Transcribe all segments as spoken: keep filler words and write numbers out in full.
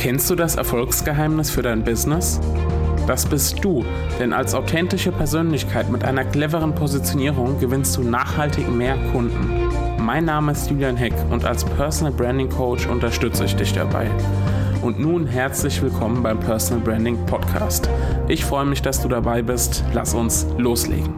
Kennst du das Erfolgsgeheimnis für dein Business? Das bist du, denn als authentische Persönlichkeit mit einer cleveren Positionierung gewinnst du nachhaltig mehr Kunden. Mein Name ist Julian Heck und als Personal Branding Coach unterstütze ich dich dabei. Und nun herzlich willkommen beim Personal Branding Podcast. Ich freue mich, dass du dabei bist. Lass uns loslegen.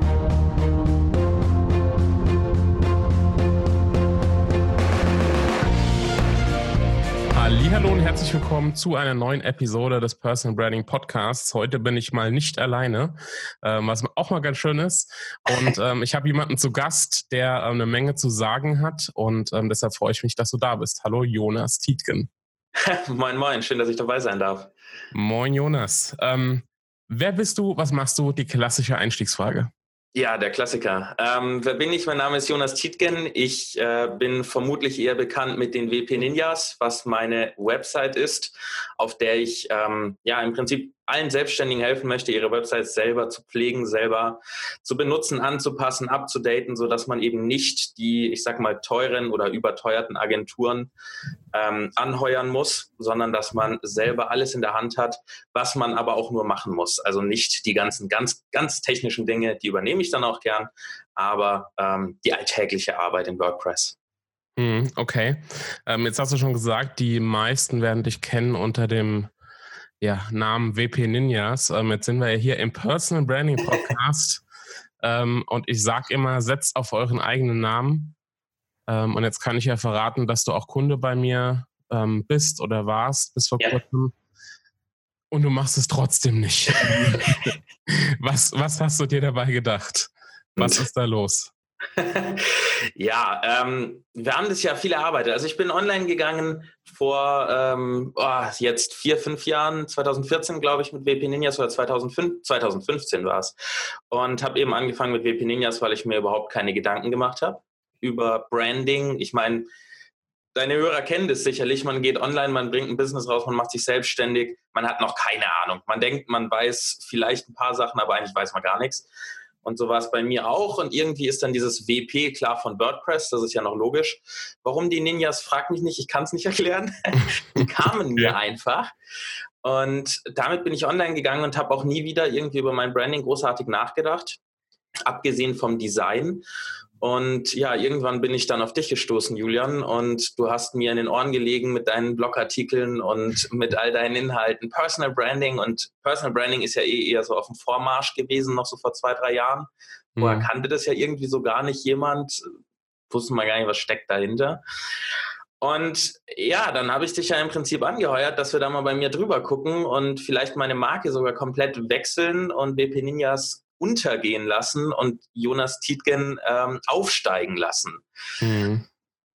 Hallo und herzlich willkommen zu einer neuen Episode des Personal Branding Podcasts. Heute bin ich mal nicht alleine, ähm, was auch mal ganz schön ist. Und ähm, ich habe jemanden zu Gast, der ähm, eine Menge zu sagen hat. Und ähm, deshalb freue ich mich, dass du da bist. Hallo Jonas Tietgen. Moin, moin. Schön, dass ich dabei sein darf. Moin Jonas. Ähm, wer bist du? Was machst du? Die klassische Einstiegsfrage. Ja, der Klassiker. Ähm, wer bin ich? Mein Name ist Jonas Tietgen. Ich äh, bin vermutlich eher bekannt mit den W P Ninjas, was meine Website ist, auf der ich ähm, ja im Prinzip allen Selbstständigen helfen möchte, ihre Websites selber zu pflegen, selber zu benutzen, anzupassen, abzudaten, sodass man eben nicht die, ich sag mal, teuren oder überteuerten Agenturen ähm, anheuern muss, sondern dass man selber alles in der Hand hat, was man aber auch nur machen muss. Also nicht die ganzen ganz, ganz technischen Dinge, die übernehme ich dann auch gern, aber ähm, die alltägliche Arbeit in WordPress. Okay. Ähm, jetzt hast du schon gesagt, die meisten werden dich kennen unter dem ja, Namen W P Ninjas. Ähm, jetzt sind wir ja hier im Personal Branding Podcast ähm, und ich sage immer, setzt auf euren eigenen Namen. Ähm, und jetzt kann ich ja verraten, dass du auch Kunde bei mir ähm, bist oder warst bis vor Ja. kurzem. Und du machst es trotzdem nicht. was, was hast du dir dabei gedacht? Was ist da los? Ja, ähm, wir haben das ja viel erarbeitet. Also ich bin online gegangen vor ähm, oh, jetzt vier, fünf Jahren, zwanzig vierzehn glaube ich, mit W P Ninjas oder zweitausendfünf, zwanzig fünfzehn war es. Und habe eben angefangen mit W P Ninjas, weil ich mir überhaupt keine Gedanken gemacht habe über Branding. Ich meine, deine Hörer kennen das sicherlich. Man geht online, man bringt ein Business raus, man macht sich selbstständig. Man hat noch keine Ahnung. Man denkt, man weiß vielleicht ein paar Sachen, aber eigentlich weiß man gar nichts. Und so war es bei mir auch. Und irgendwie ist dann dieses W P klar von WordPress. Das ist ja noch logisch. Warum die Ninjas, frag mich nicht. Ich kann es nicht erklären. Die kamen mir einfach. Und damit bin ich online gegangen und habe auch nie wieder irgendwie über mein Branding großartig nachgedacht. Abgesehen vom Design. Und ja, irgendwann bin ich dann auf dich gestoßen, Julian, und du hast mir in den Ohren gelegen mit deinen Blogartikeln und mit all deinen Inhalten. Personal Branding und Personal Branding ist ja eh eher so auf dem Vormarsch gewesen, noch so vor zwei, drei Jahren. Mhm. Vorher kannte das ja irgendwie so gar nicht jemand, wusste mal gar nicht, was steckt dahinter. Und ja, dann habe ich dich ja im Prinzip angeheuert, dass wir da mal bei mir drüber gucken und vielleicht meine Marke sogar komplett wechseln und W P Ninjas untergehen lassen und Jonas Tietgen ähm, aufsteigen lassen. Mhm.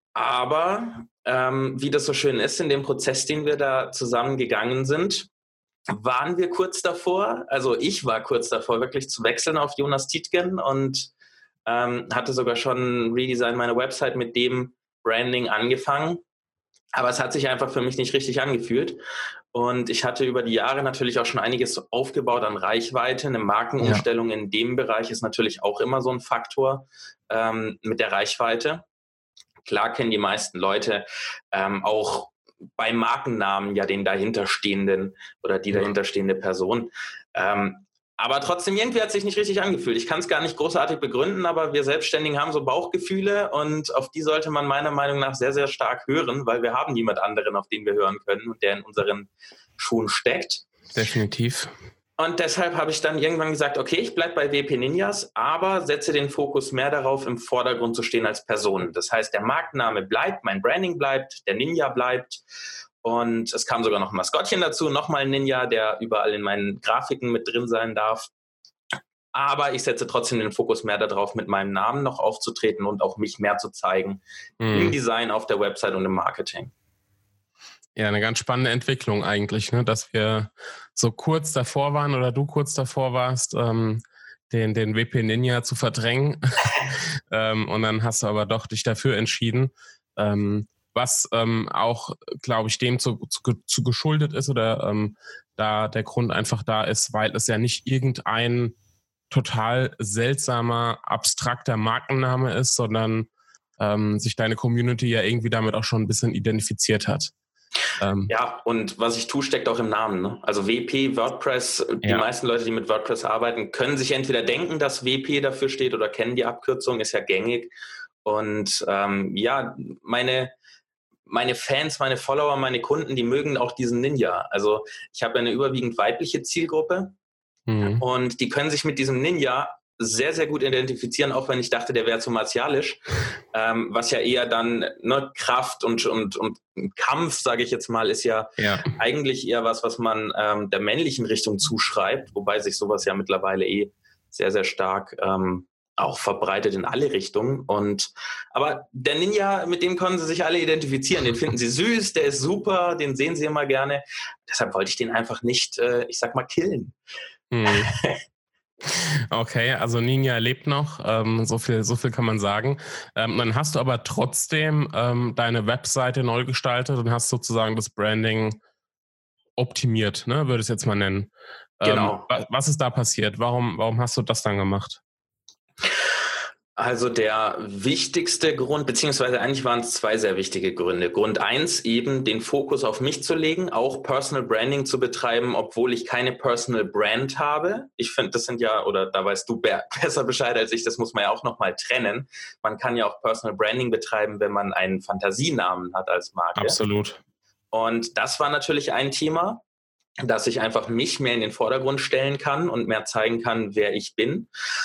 Aber ähm, wie das so schön ist, in dem Prozess, den wir da zusammen gegangen sind, waren wir kurz davor, also ich war kurz davor, wirklich zu wechseln auf Jonas Tietgen und ähm, hatte sogar schon ein Redesign meiner Website mit dem Branding angefangen. Aber es hat sich einfach für mich nicht richtig angefühlt. Und ich hatte über die Jahre natürlich auch schon einiges aufgebaut an Reichweite. Eine Markenumstellung ja. in dem Bereich ist natürlich auch immer so ein Faktor ähm, mit der Reichweite. Klar kennen die meisten Leute ähm, auch bei Markennamen ja den dahinterstehenden oder die ja. dahinterstehende Person. Ähm, aber trotzdem, irgendwie hat es sich nicht richtig angefühlt. Ich kann es gar nicht großartig begründen, aber wir Selbstständigen haben so Bauchgefühle und auf die sollte man meiner Meinung nach sehr, sehr stark hören, weil wir haben niemand anderen, auf den wir hören können und der in unseren Schuhen steckt. Definitiv. Und deshalb habe ich dann irgendwann gesagt, okay, ich bleibe bei W P Ninjas, aber setze den Fokus mehr darauf, im Vordergrund zu stehen als Person. Das heißt, der Markenname bleibt, mein Branding bleibt, der Ninja bleibt. Und es kam sogar noch ein Maskottchen dazu, nochmal ein Ninja, der überall in meinen Grafiken mit drin sein darf. Aber ich setze trotzdem den Fokus mehr darauf, mit meinem Namen noch aufzutreten und auch mich mehr zu zeigen mhm. im Design, auf der Website und im Marketing. Ja, eine ganz spannende Entwicklung eigentlich, ne? Dass wir so kurz davor waren oder du kurz davor warst, ähm, den, den W P Ninja zu verdrängen. ähm, und dann hast du aber doch dich dafür entschieden. Ähm, was ähm, auch, glaube ich, dem zu, zu, zu geschuldet ist oder ähm, da der Grund einfach da ist, weil es ja nicht irgendein total seltsamer, abstrakter Markenname ist, sondern ähm, sich deine Community ja irgendwie damit auch schon ein bisschen identifiziert hat. Ähm, ja, und was ich tue, steckt auch im Namen. Ne? Also W P, WordPress, die ja. meisten Leute, die mit WordPress arbeiten, können sich entweder denken, dass W P dafür steht oder kennen die Abkürzung, ist ja gängig. Und ähm, ja, meine, meine Fans, meine Follower, meine Kunden, die mögen auch diesen Ninja. Also ich habe eine überwiegend weibliche Zielgruppe Mhm. und die können sich mit diesem Ninja sehr, sehr gut identifizieren, auch wenn ich dachte, der wäre zu martialisch, ähm, was ja eher dann ne, Kraft und, und, und Kampf, sage ich jetzt mal, ist ja, ja eigentlich eher was, was man ähm, der männlichen Richtung zuschreibt, wobei sich sowas ja mittlerweile eh sehr, sehr stark ähm, auch verbreitet in alle Richtungen. Und aber der Ninja, mit dem können sie sich alle identifizieren, den finden sie süß, der ist super, den sehen sie immer gerne. Deshalb wollte ich den einfach nicht, äh, ich sag mal, killen. Mhm. Okay, also Ninja lebt noch, ähm, so viel, so viel kann man sagen. Ähm, dann hast du aber trotzdem ähm, deine Webseite neu gestaltet und hast sozusagen das Branding optimiert, ne, würde ich es jetzt mal nennen. Ähm, Genau. was, was ist da passiert? Warum, warum hast du das dann gemacht? Also der wichtigste Grund, beziehungsweise eigentlich waren es zwei sehr wichtige Gründe. Grund eins, eben den Fokus auf mich zu legen, auch Personal Branding zu betreiben, obwohl ich keine Personal Brand habe. Ich finde, das sind ja, oder da weißt du be- besser Bescheid als ich, das muss man ja auch nochmal trennen. Man kann ja auch Personal Branding betreiben, wenn man einen Fantasienamen hat als Marke. Absolut. Und das war natürlich ein Thema, dass ich einfach mich mehr in den Vordergrund stellen kann und mehr zeigen kann, wer ich bin.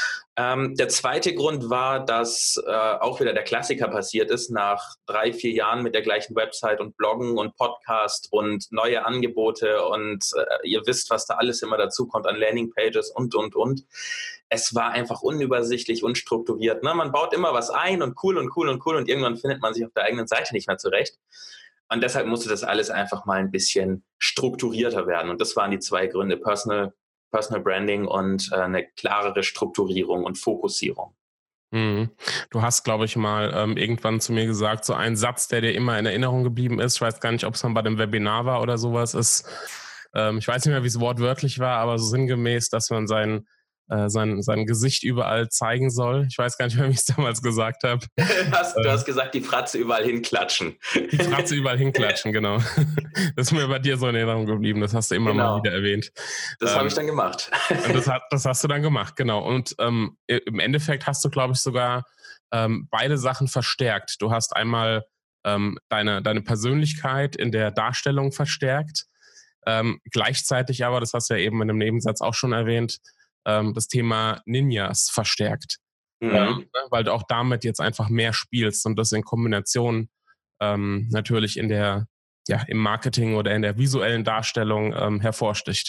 Ähm, der zweite Grund war, dass äh, auch wieder der Klassiker passiert ist, nach drei, vier Jahren mit der gleichen Website und Bloggen und Podcast und neue Angebote und äh, ihr wisst, was da alles immer dazu kommt an Landingpages und, und, und. Es war einfach unübersichtlich, unstrukturiert. Ne? Man baut immer was ein und cool und cool und cool und irgendwann findet man sich auf der eigenen Seite nicht mehr zurecht. Und deshalb musste das alles einfach mal ein bisschen strukturierter werden. Und das waren die zwei Gründe, Personal Personal Branding und äh, eine klarere Strukturierung und Fokussierung. Mhm. Du hast, glaube ich, mal ähm, irgendwann zu mir gesagt, so ein Satz, der dir immer in Erinnerung geblieben ist. Ich weiß gar nicht, ob es dann bei dem Webinar war oder sowas ist. Ähm, ich weiß nicht mehr, wie es wortwörtlich war, aber so sinngemäß, dass man sein, äh, sein, sein Gesicht überall zeigen soll. Ich weiß gar nicht mehr, wie ich es damals gesagt habe. du, hast, du hast gesagt, die Fratze überall hinklatschen. Die Fratze überall hinklatschen, genau. Das ist mir bei dir so in Erinnerung geblieben. Das hast du immer genau. mal wieder erwähnt. Das ähm, habe ich dann gemacht. Und das, hat, das hast du dann gemacht, genau. Und ähm, im Endeffekt hast du, glaube ich, sogar ähm, beide Sachen verstärkt. Du hast einmal ähm, deine, deine Persönlichkeit in der Darstellung verstärkt, ähm, gleichzeitig aber, das hast du ja eben in einem Nebensatz auch schon erwähnt, ähm, das Thema Ninjas verstärkt. Mhm. Ähm, weil du auch damit jetzt einfach mehr spielst und das in Kombination ähm, natürlich in der, ja, im Marketing oder in der visuellen Darstellung ähm, hervorsticht.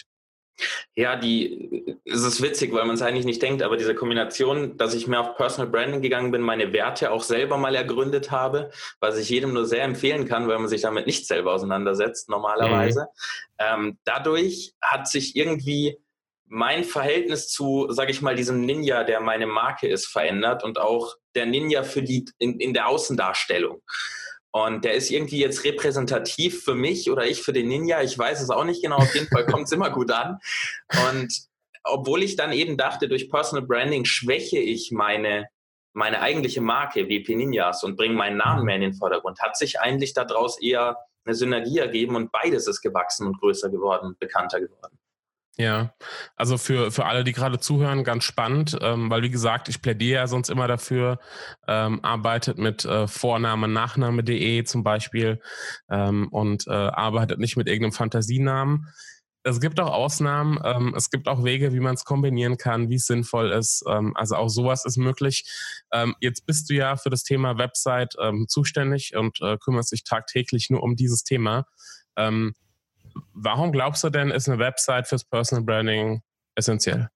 Ja, die, es ist witzig, weil man es eigentlich nicht denkt, aber diese Kombination, dass ich mehr auf Personal Branding gegangen bin, meine Werte auch selber mal ergründet habe, was ich jedem nur sehr empfehlen kann, weil man sich damit nicht selber auseinandersetzt normalerweise. Mhm. Ähm, dadurch hat sich irgendwie mein Verhältnis zu, sage ich mal, diesem Ninja, der meine Marke ist, verändert und auch der Ninja für die in, in der Außendarstellung. Und der ist irgendwie jetzt repräsentativ für mich oder ich für den Ninja. Ich weiß es auch nicht genau. Auf jeden Fall kommt es immer gut an. Und obwohl ich dann eben dachte, durch Personal Branding schwäche ich meine, meine eigentliche Marke W P Ninjas und bringe meinen Namen mehr in den Vordergrund, hat sich eigentlich daraus eher eine Synergie ergeben und beides ist gewachsen und größer geworden, bekannter geworden. Ja, also für, für alle, die gerade zuhören, ganz spannend, ähm, weil wie gesagt, ich plädiere ja sonst immer dafür, ähm, arbeitet mit äh, Vorname, Nachname.de zum Beispiel ähm, und äh, arbeitet nicht mit irgendeinem Fantasienamen. Es gibt auch Ausnahmen, ähm, es gibt auch Wege, wie man es kombinieren kann, wie es sinnvoll ist. Ähm, also auch sowas ist möglich. Ähm, jetzt bist du ja für das Thema Website ähm, zuständig und äh, kümmerst dich tagtäglich nur um dieses Thema. Ähm, Warum glaubst du denn, ist eine Website fürs Personal Branding essentiell?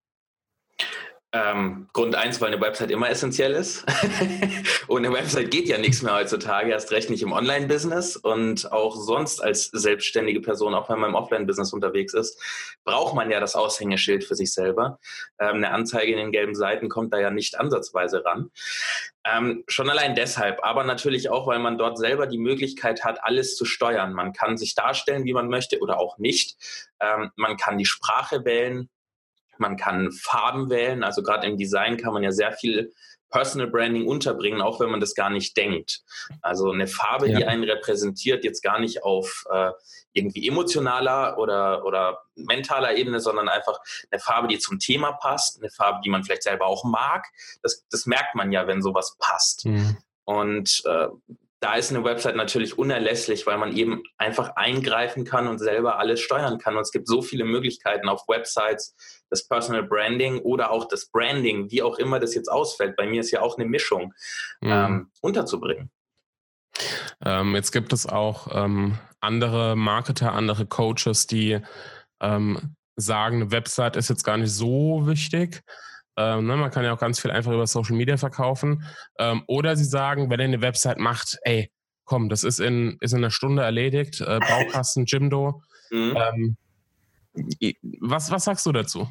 Ähm, Grund eins, weil eine Website immer essentiell ist. Ohne Website geht ja nichts mehr heutzutage, erst recht nicht im Online-Business und auch sonst als selbstständige Person, auch wenn man im Offline-Business unterwegs ist, braucht man ja das Aushängeschild für sich selber. Ähm, eine Anzeige in den gelben Seiten kommt da ja nicht ansatzweise ran. Ähm, schon allein deshalb, aber natürlich auch, weil man dort selber die Möglichkeit hat, alles zu steuern. Man kann sich darstellen, wie man möchte oder auch nicht. Ähm, man kann die Sprache wählen. Man kann Farben wählen, also gerade im Design kann man ja sehr viel Personal Branding unterbringen, auch wenn man das gar nicht denkt. Also eine Farbe, ja. die einen repräsentiert, jetzt gar nicht auf äh, irgendwie emotionaler oder, oder mentaler Ebene, sondern einfach eine Farbe, die zum Thema passt, eine Farbe, die man vielleicht selber auch mag. Das, das merkt man ja, wenn sowas passt. Mhm. Und äh, da ist eine Website natürlich unerlässlich, weil man eben einfach eingreifen kann und selber alles steuern kann. Und es gibt so viele Möglichkeiten auf Websites, das Personal Branding oder auch das Branding, wie auch immer das jetzt ausfällt. Bei mir ist ja auch eine Mischung, mhm. ähm, unterzubringen. Ähm, jetzt gibt es auch ähm, andere Marketer, andere Coaches, die ähm, sagen, eine Website ist jetzt gar nicht so wichtig. Ähm, ne, man kann ja auch ganz viel einfach über Social Media verkaufen. Ähm, oder sie sagen, wenn ihr eine Website macht, ey, komm, das ist in, ist in einer Stunde erledigt, äh, Baukasten, Jimdo. Mhm. Ähm, was, was sagst du dazu?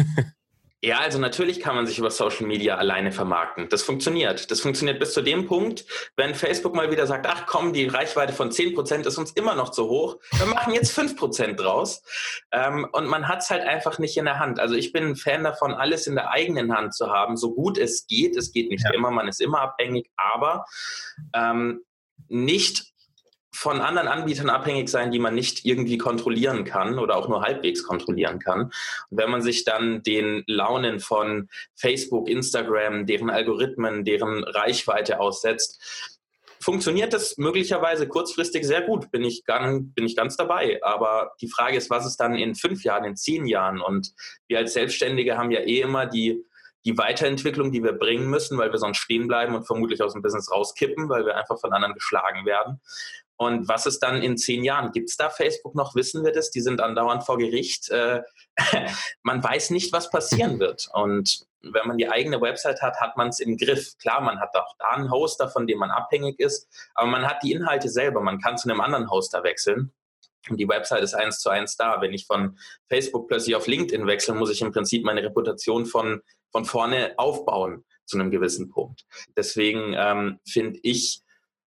Ja, also natürlich kann man sich über Social Media alleine vermarkten. Das funktioniert. Das funktioniert bis zu dem Punkt, wenn Facebook mal wieder sagt, ach komm, die Reichweite von zehn Prozent ist uns immer noch zu hoch. Wir machen jetzt fünf Prozent draus. Ähm, und man hat es halt einfach nicht in der Hand. Also ich bin ein Fan davon, alles in der eigenen Hand zu haben, so gut es geht. Es geht nicht ja. immer, man ist immer abhängig, aber ähm, nicht von anderen Anbietern abhängig sein, die man nicht irgendwie kontrollieren kann oder auch nur halbwegs kontrollieren kann. Und wenn man sich dann den Launen von Facebook, Instagram, deren Algorithmen, deren Reichweite aussetzt, funktioniert das möglicherweise kurzfristig sehr gut, bin ich, ganz, bin ich ganz dabei. Aber die Frage ist, was ist dann in fünf Jahren, in zehn Jahren? Und wir als Selbstständige haben ja eh immer die die Weiterentwicklung, die wir bringen müssen, weil wir sonst stehen bleiben und vermutlich aus dem Business rauskippen, weil wir einfach von anderen geschlagen werden. Und was ist dann in zehn Jahren? Gibt es da Facebook noch? Wissen wir das? Die sind andauernd vor Gericht. Äh, man weiß nicht, was passieren wird. Und wenn man die eigene Website hat, hat man es im Griff. Klar, man hat auch da einen Hoster, von dem man abhängig ist, aber man hat die Inhalte selber. Man kann zu einem anderen Hoster wechseln. Und die Website ist eins zu eins da. Wenn ich von Facebook plötzlich auf LinkedIn wechsle, muss ich im Prinzip meine Reputation von, von vorne aufbauen zu einem gewissen Punkt. Deswegen ähm, finde ich,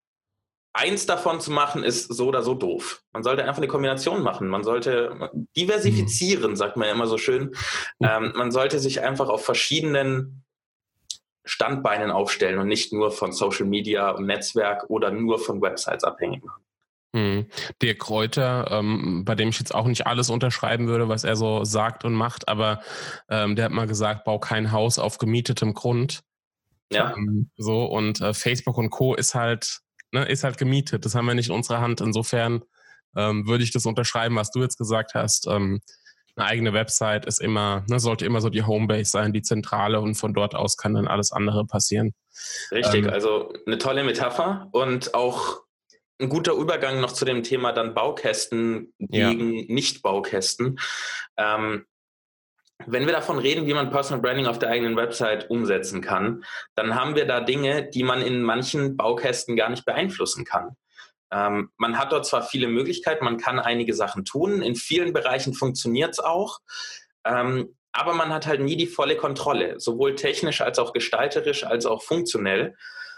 eins davon zu machen, ist so oder so doof. Man sollte einfach eine Kombination machen. Man sollte diversifizieren, sagt man ja immer so schön. Ähm, man sollte sich einfach auf verschiedenen Standbeinen aufstellen und nicht nur von Social Media und Netzwerk oder nur von Websites abhängig machen. Hm. Dirk Kräuter, ähm, bei dem ich jetzt auch nicht alles unterschreiben würde, was er so sagt und macht, aber ähm, der hat mal gesagt, bau kein Haus auf gemietetem Grund. Ja. Ähm, so und äh, Facebook und Co. ist halt, ne, ist halt gemietet. Das haben wir nicht in unserer Hand. Insofern ähm, würde ich das unterschreiben, was du jetzt gesagt hast. Ähm, eine eigene Website ist immer, ne, sollte immer so die Homebase sein, die Zentrale, und von dort aus kann dann alles andere passieren. Richtig, ähm, also eine tolle Metapher und auch ein guter Übergang noch zu dem Thema dann Baukästen gegen ja. Nicht-Baukästen. Ähm, wenn wir davon reden, wie man Personal Branding auf der eigenen Website umsetzen kann, dann haben wir da Dinge, die man in manchen Baukästen gar nicht beeinflussen kann. Ähm, man hat dort zwar viele Möglichkeiten, man kann einige Sachen tun, in vielen Bereichen funktioniert es auch, ähm, aber man hat halt nie die volle Kontrolle, sowohl technisch als auch gestalterisch als auch funktionell.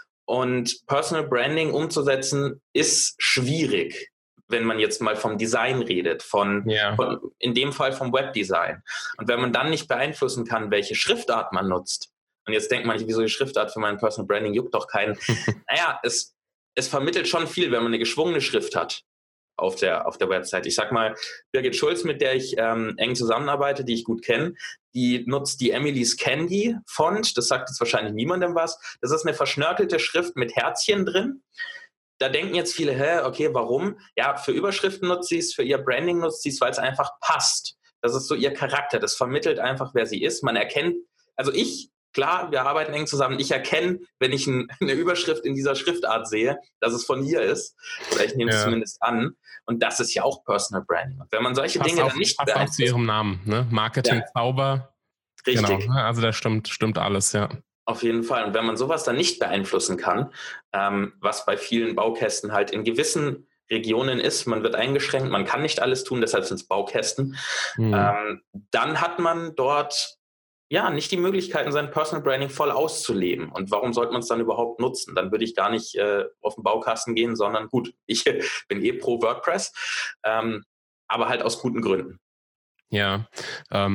Und Personal Branding umzusetzen ist schwierig, wenn man jetzt mal vom Design redet, von, ja. von in dem Fall vom Webdesign. Und wenn man dann nicht beeinflussen kann, welche Schriftart man nutzt, und jetzt denkt man, wieso die Schriftart für mein Personal Branding juckt doch keinen. Naja, es, es vermittelt schon viel, wenn man eine geschwungene Schrift hat auf der, auf der Website. Ich sag mal, Birgit Schulz, mit der ich ähm, eng zusammenarbeite, die ich gut kenne, die nutzt die Emily's Candy Font. Das sagt jetzt wahrscheinlich niemandem was. Das ist eine verschnörkelte Schrift mit Herzchen drin. Da denken jetzt viele, hä, okay, warum? Ja, für Überschriften nutzt sie es, für ihr Branding nutzt sie es, weil es einfach passt. Das ist so ihr Charakter. Das vermittelt einfach, wer sie ist. Man erkennt, also ich, klar, wir arbeiten eng zusammen. Ich erkenne, wenn ich ein, eine Überschrift in dieser Schriftart sehe, dass es von ihr ist. Oder ich nehme es ja. zumindest an. Und das ist ja auch Personal Branding. Und wenn man solche passt Dinge auch, dann nicht passt auch zu ihrem Namen, ne? Marketing ja. Zauber. Richtig. Genau. Also da stimmt, stimmt alles, ja. Auf jeden Fall. Und wenn man sowas dann nicht beeinflussen kann, ähm, was bei vielen Baukästen halt in gewissen Regionen ist, man wird eingeschränkt, man kann nicht alles tun, deshalb sind es Baukästen, mhm. ähm, dann hat man dort ja nicht die Möglichkeiten, sein Personal Branding voll auszuleben. Und warum sollte man es dann überhaupt nutzen? Dann würde ich gar nicht äh, auf den Baukasten gehen, sondern gut, ich bin eh pro WordPress, ähm, aber halt aus guten Gründen. Ja, ähm,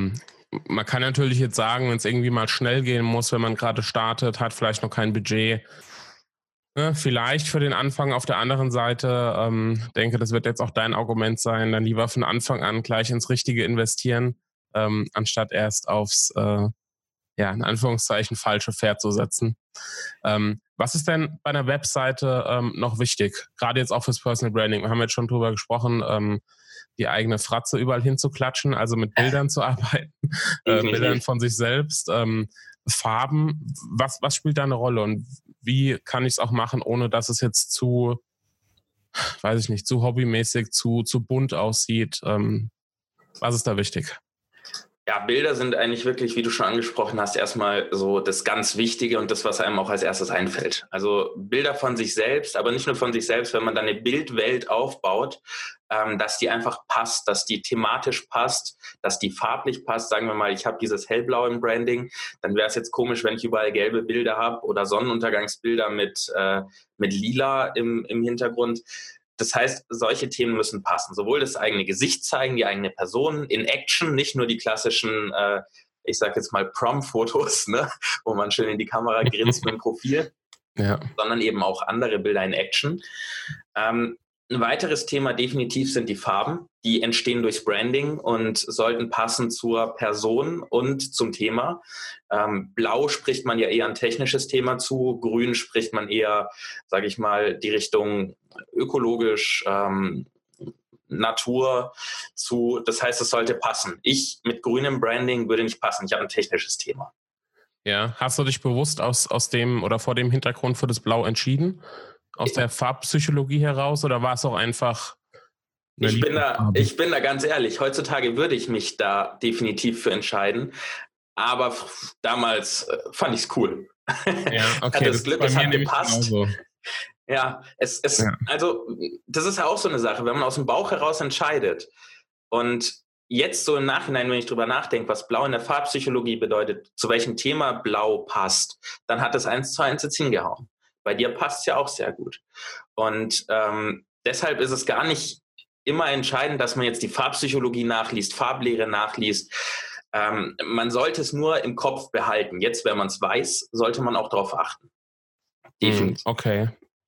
man kann natürlich jetzt sagen, wenn es irgendwie mal schnell gehen muss, wenn man gerade startet, hat vielleicht noch kein Budget, ne, vielleicht für den Anfang. Auf der anderen Seite, ähm, denke, das wird jetzt auch dein Argument sein, dann lieber von Anfang an gleich ins Richtige investieren, ähm, anstatt erst aufs, äh, ja, in Anführungszeichen, falsche Pferd zu setzen. Ähm, was ist denn bei einer Webseite ähm, noch wichtig? Gerade jetzt auch fürs Personal Branding. Wir haben jetzt schon drüber gesprochen, ähm, die eigene Fratze überall hinzuklatschen, also mit Bildern zu arbeiten, äh, Bildern von sich selbst, ähm, Farben. Was, was spielt da eine Rolle und wie kann ich es auch machen, ohne dass es jetzt zu, weiß ich nicht, zu hobbymäßig, zu, zu bunt aussieht? Ähm, was ist da wichtig? Ja, Bilder sind eigentlich wirklich, wie du schon angesprochen hast, erstmal so das ganz Wichtige und das, was einem auch als erstes einfällt. Also Bilder von sich selbst, aber nicht nur von sich selbst, wenn man dann eine Bildwelt aufbaut, ähm, dass die einfach passt, dass die thematisch passt, dass die farblich passt. Sagen wir mal, ich habe dieses hellblau im Branding, dann wäre es jetzt komisch, wenn ich überall gelbe Bilder habe oder Sonnenuntergangsbilder mit, äh, mit lila im, im Hintergrund. Das heißt, solche Themen müssen passen. Sowohl das eigene Gesicht zeigen, die eigene Person in Action, nicht nur die klassischen, äh, ich sage jetzt mal Prom-Fotos, ne, wo man schön in die Kamera grinst mit dem Profil, ja, sondern eben auch andere Bilder in Action. Ähm, ein weiteres Thema definitiv sind die Farben. Die entstehen durchs Branding und sollten passen zur Person und zum Thema. Ähm, Blau spricht man ja eher ein technisches Thema zu, Grün spricht man eher, sage ich mal, die Richtung ökologisch, ähm, Natur zu. Das heißt, es sollte passen. Ich mit grünem Branding würde nicht passen. Ich habe ein technisches Thema. Ja, hast du dich bewusst aus, aus dem oder vor dem Hintergrund für das Blau entschieden? Aus der Farbpsychologie heraus oder war es auch einfach eine ich bin da, ich bin da ganz ehrlich, heutzutage würde ich mich da definitiv für entscheiden, aber damals äh, fand ich es cool. Ja, okay. Hatte das, das Glück, es hat gepasst. Ja, es, es, ja, also das ist ja auch so eine Sache, wenn man aus dem Bauch heraus entscheidet und jetzt so im Nachhinein, wenn ich drüber nachdenke, was Blau in der Farbpsychologie bedeutet, zu welchem Thema Blau passt, dann hat es eins zu eins jetzt hingehauen. Bei dir passt es ja auch sehr gut. Und ähm, deshalb ist es gar nicht immer entscheidend, dass man jetzt die Farbpsychologie nachliest, Farblehre nachliest. Ähm, man sollte es nur im Kopf behalten. Jetzt, wenn man es weiß, sollte man auch darauf achten. Definitiv. Okay.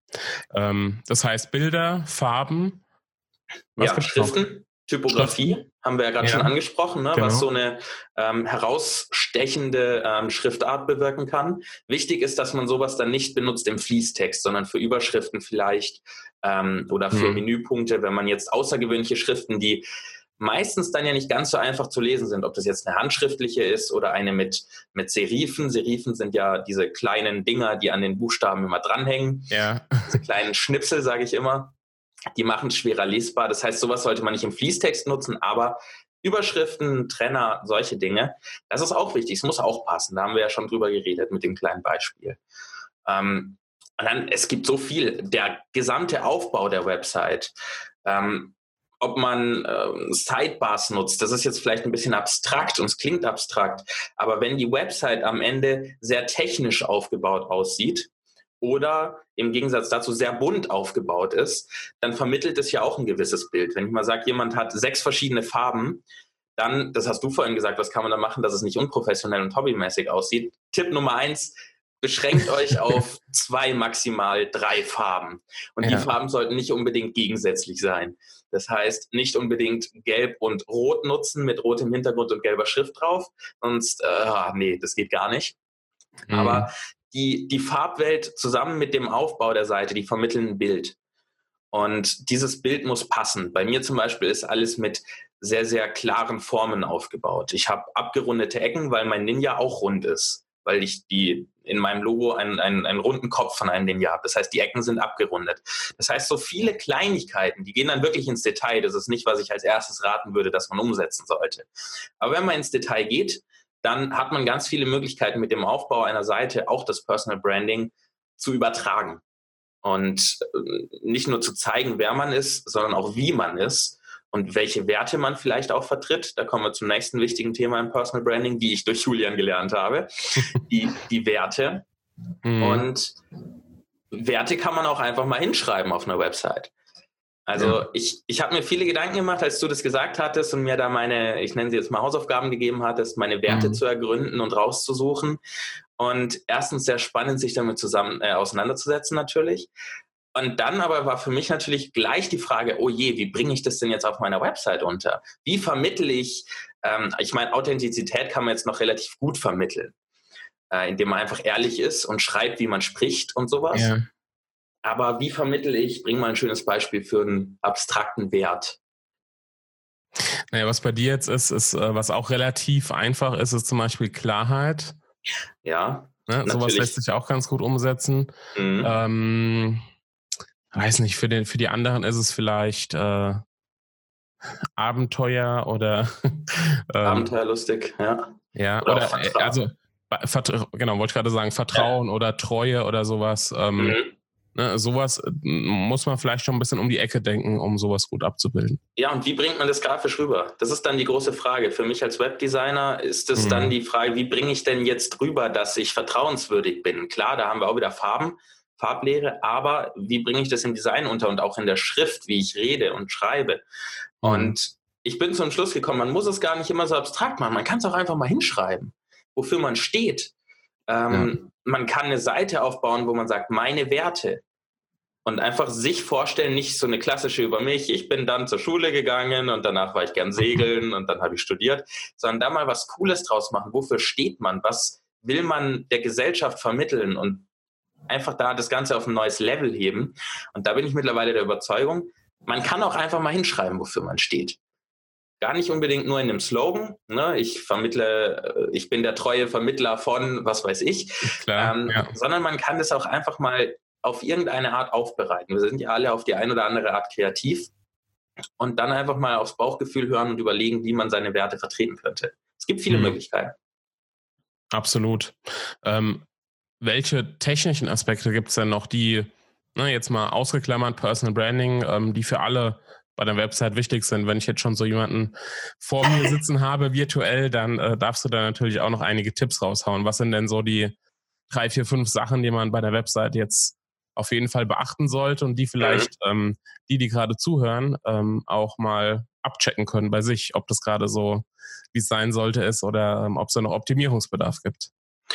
Ähm, das heißt Bilder, Farben. Was ja, Schriften, noch? Typografie, Schriften? Haben wir ja gerade ja. schon angesprochen, ne, genau. was so eine ähm, herausstechende ähm, Schriftart bewirken kann. Wichtig ist, dass man sowas dann nicht benutzt im Fließtext, sondern für Überschriften vielleicht ähm, oder für hm. Menüpunkte, wenn man jetzt außergewöhnliche Schriften, die meistens dann ja nicht ganz so einfach zu lesen sind, ob das jetzt eine handschriftliche ist oder eine mit, mit Serifen. Serifen sind ja diese kleinen Dinger, die an den Buchstaben immer dranhängen. Ja. Diese kleinen Schnipsel, sage ich immer. Die machen es schwerer lesbar. Das heißt, sowas sollte man nicht im Fließtext nutzen, aber Überschriften, Trenner, solche Dinge, das ist auch wichtig. Es muss auch passen. Da haben wir ja schon drüber geredet mit dem kleinen Beispiel. Ähm, und dann, es gibt so viel. Der gesamte Aufbau der Website, ähm, ob man äh, Sidebars nutzt, das ist jetzt vielleicht ein bisschen abstrakt und es klingt abstrakt, aber wenn die Website am Ende sehr technisch aufgebaut aussieht, oder im Gegensatz dazu sehr bunt aufgebaut ist, dann vermittelt es ja auch ein gewisses Bild. Wenn ich mal sage, jemand hat sechs verschiedene Farben, dann, das hast du vorhin gesagt, was kann man da machen, dass es nicht unprofessionell und hobbymäßig aussieht. Tipp Nummer eins, beschränkt euch auf zwei, maximal drei Farben. Und ja. die Farben sollten nicht unbedingt gegensätzlich sein. Das heißt, nicht unbedingt gelb und rot nutzen mit rotem Hintergrund und gelber Schrift drauf. Sonst, äh, nee, das geht gar nicht. Mhm. Aber Die, die Farbwelt zusammen mit dem Aufbau der Seite, die vermitteln ein Bild. Und dieses Bild muss passen. Bei mir zum Beispiel ist alles mit sehr, sehr klaren Formen aufgebaut. Ich habe abgerundete Ecken, weil mein Ninja auch rund ist. Weil ich die in meinem Logo einen, einen, einen runden Kopf von einem Ninja habe. Das heißt, die Ecken sind abgerundet. Das heißt, so viele Kleinigkeiten, die gehen dann wirklich ins Detail. Das ist nicht, was ich als erstes raten würde, dass man umsetzen sollte. Aber wenn man ins Detail geht, dann hat man ganz viele Möglichkeiten mit dem Aufbau einer Seite auch das Personal Branding zu übertragen. Und nicht nur zu zeigen, wer man ist, sondern auch wie man ist und welche Werte man vielleicht auch vertritt. Da kommen wir zum nächsten wichtigen Thema im Personal Branding, die ich durch Julian gelernt habe. Die, die Werte. Mhm. Und Werte kann man auch einfach mal hinschreiben auf einer Website. Also Ja. ich, ich habe mir viele Gedanken gemacht, als du das gesagt hattest und mir da meine, ich nenne sie jetzt mal Hausaufgaben gegeben hattest, meine Werte Mhm. zu ergründen und rauszusuchen. Und erstens sehr spannend, sich damit zusammen äh, auseinanderzusetzen natürlich. Und dann aber war für mich natürlich gleich die Frage, oh je, wie bringe ich das denn jetzt auf meiner Website unter? Wie vermittle ich, ähm, ich meine, Authentizität kann man jetzt noch relativ gut vermitteln, äh, indem man einfach ehrlich ist und schreibt, wie man spricht und sowas. Ja. Aber wie vermittle ich, bring mal ein schönes Beispiel für einen abstrakten Wert. Naja, was bei dir jetzt ist, ist, äh, was auch relativ einfach ist, ist zum Beispiel Klarheit. Ja, Ne? Sowas lässt natürlich. sich auch ganz gut umsetzen. Mhm. Ähm, weiß nicht, für, den, für die anderen ist es vielleicht äh, Abenteuer oder ähm, Abenteuerlustig, ja. ja, Oder auch oder äh, Vertrauen. also Vertra- genau, wollte ich gerade sagen, Ja. Vertrauen oder Treue oder sowas. Ähm, Mhm. ne, sowas äh, muss man vielleicht schon ein bisschen um die Ecke denken, um sowas gut abzubilden. Ja, und wie bringt man das grafisch rüber? Das ist dann die große Frage. Für mich als Webdesigner ist es dann Mhm. die Frage, wie bringe ich denn jetzt rüber, dass ich vertrauenswürdig bin? Klar, da haben wir auch wieder Farben, Farblehre, aber wie bringe ich das im Design unter und auch in der Schrift, wie ich rede und schreibe? Mhm. Und ich bin zum Schluss gekommen, man muss es gar nicht immer so abstrakt machen. Man kann es auch einfach mal hinschreiben, wofür man steht. Ja. Ähm, man kann eine Seite aufbauen, wo man sagt, meine Werte. Und einfach sich vorstellen, nicht so eine klassische über mich, ich bin dann zur Schule gegangen und danach war ich gern segeln und dann habe ich studiert, sondern da mal was Cooles draus machen. Wofür steht man? Was will man der Gesellschaft vermitteln? Und einfach da das Ganze auf ein neues Level heben. Und da bin ich mittlerweile der Überzeugung, man kann auch einfach mal hinschreiben, wofür man steht. Gar nicht unbedingt nur in einem Slogan. Ne? Ich vermittle, ich bin der treue Vermittler von was weiß ich, Klar, ähm, ja. sondern man kann das auch einfach mal auf irgendeine Art aufbereiten. Wir sind ja alle auf die eine oder andere Art kreativ und dann einfach mal aufs Bauchgefühl hören und überlegen, wie man seine Werte vertreten könnte. Es gibt viele Mhm. Möglichkeiten. Absolut. Ähm, welche technischen Aspekte gibt es denn noch, die, na, jetzt mal ausgeklammert, Personal Branding, ähm, die für alle bei der Website wichtig sind? Wenn ich jetzt schon so jemanden vor mir sitzen habe, virtuell, dann äh, darfst du da natürlich auch noch einige Tipps raushauen. Was sind denn so die drei, vier, fünf Sachen, die man bei der Website jetzt auf jeden Fall beachten sollte und die vielleicht Mhm. ähm, die, die gerade zuhören, ähm, auch mal abchecken können bei sich, ob das gerade so, wie es sein sollte, ist oder ähm, ob es da noch Optimierungsbedarf gibt?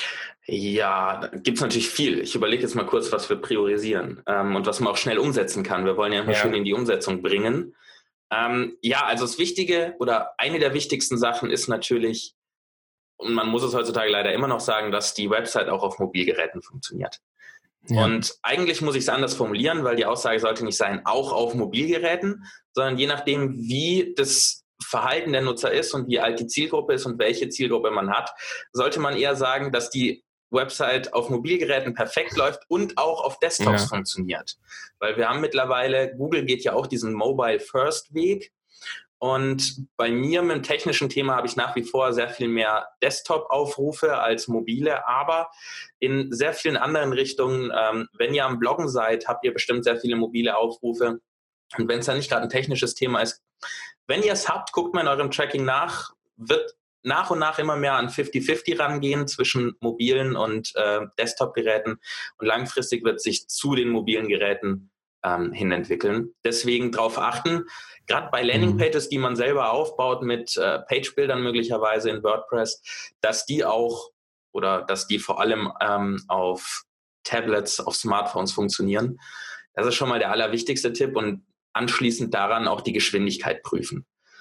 Ja, da gibt es natürlich viel. Ich überlege jetzt mal kurz, was wir priorisieren ähm, und was man auch schnell umsetzen kann. Wir wollen ja immer schön Ja. in die Umsetzung bringen. Ähm, ja, also das Wichtige oder eine der wichtigsten Sachen ist natürlich, und man muss es heutzutage leider immer noch sagen, dass die Website auch auf Mobilgeräten funktioniert. Ja. Und eigentlich muss ich es anders formulieren, weil die Aussage sollte nicht sein, auch auf Mobilgeräten, sondern je nachdem, wie das Verhalten der Nutzer ist und wie alt die Zielgruppe ist und welche Zielgruppe man hat, sollte man eher sagen, dass die Website auf Mobilgeräten perfekt läuft und auch auf Desktops Ja. funktioniert. Weil wir haben mittlerweile, Google geht ja auch diesen Mobile-First-Weg. Und bei mir mit dem technischen Thema habe ich nach wie vor sehr viel mehr Desktop-Aufrufe als mobile, aber in sehr vielen anderen Richtungen, ähm, wenn ihr am Bloggen seid, habt ihr bestimmt sehr viele mobile Aufrufe. Und wenn es dann nicht gerade ein technisches Thema ist, wenn ihr es habt, guckt mal in eurem Tracking nach, wird nach und nach immer mehr an fünfzig fünfzig rangehen zwischen mobilen und äh, Desktop-Geräten und langfristig wird sich zu den mobilen Geräten ähm, hin entwickeln. Deswegen darauf achten, gerade bei Mhm. Landingpages, die man selber aufbaut mit äh, Page-Bildern möglicherweise in WordPress, dass die auch oder dass die vor allem ähm, auf Tablets, auf Smartphones funktionieren. Das ist schon mal der allerwichtigste Tipp und anschließend daran auch die Geschwindigkeit prüfen.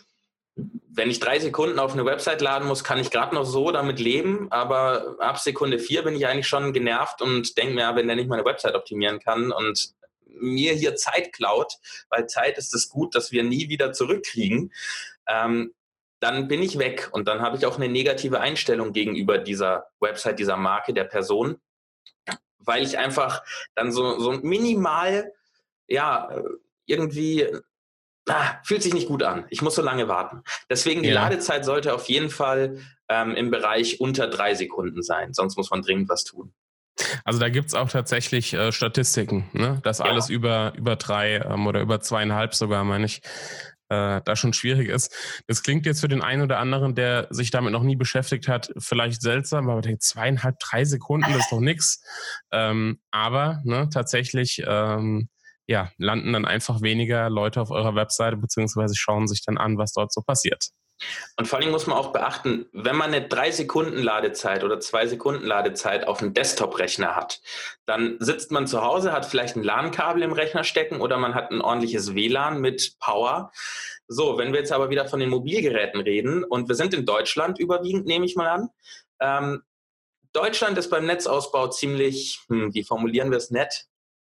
Wenn ich drei Sekunden auf eine Website laden muss, kann ich gerade noch so damit leben, aber ab Sekunde vier bin ich eigentlich schon genervt und denke mir, wenn der nicht meine Website optimieren kann und mir hier Zeit klaut, weil Zeit ist das Gut, das wir nie wieder zurückkriegen, ähm, dann bin ich weg und dann habe ich auch eine negative Einstellung gegenüber dieser Website, dieser Marke, der Person, weil ich einfach dann so, so minimal, ja, irgendwie Ah, fühlt sich nicht gut an. Ich muss so lange warten. Deswegen die Ja. Ladezeit sollte auf jeden Fall ähm, im Bereich unter drei Sekunden sein. Sonst muss man dringend was tun. Also da gibt es auch tatsächlich äh, Statistiken, ne? Dass Ja. alles über, über drei ähm, oder über zweieinhalb sogar, meine ich, äh, da schon schwierig ist. Das klingt jetzt für den einen oder anderen, der sich damit noch nie beschäftigt hat, vielleicht seltsam, weil man denkt, zweieinhalb, drei Sekunden, das ist doch nix. Ähm, aber ne, tatsächlich ähm, ja, landen dann einfach weniger Leute auf eurer Webseite beziehungsweise schauen sich dann an, was dort so passiert. Und vor allem muss man auch beachten, wenn man eine drei Sekunden Ladezeit oder zwei Sekunden Ladezeit auf einem Desktop-Rechner hat, dann sitzt man zu Hause, hat vielleicht ein LAN-Kabel im Rechner stecken oder man hat ein ordentliches W L A N mit Power. So, wenn wir jetzt aber wieder von den Mobilgeräten reden und wir sind in Deutschland überwiegend, nehme ich mal an. Ähm, Deutschland ist beim Netzausbau ziemlich, hm, wie formulieren wir es nett?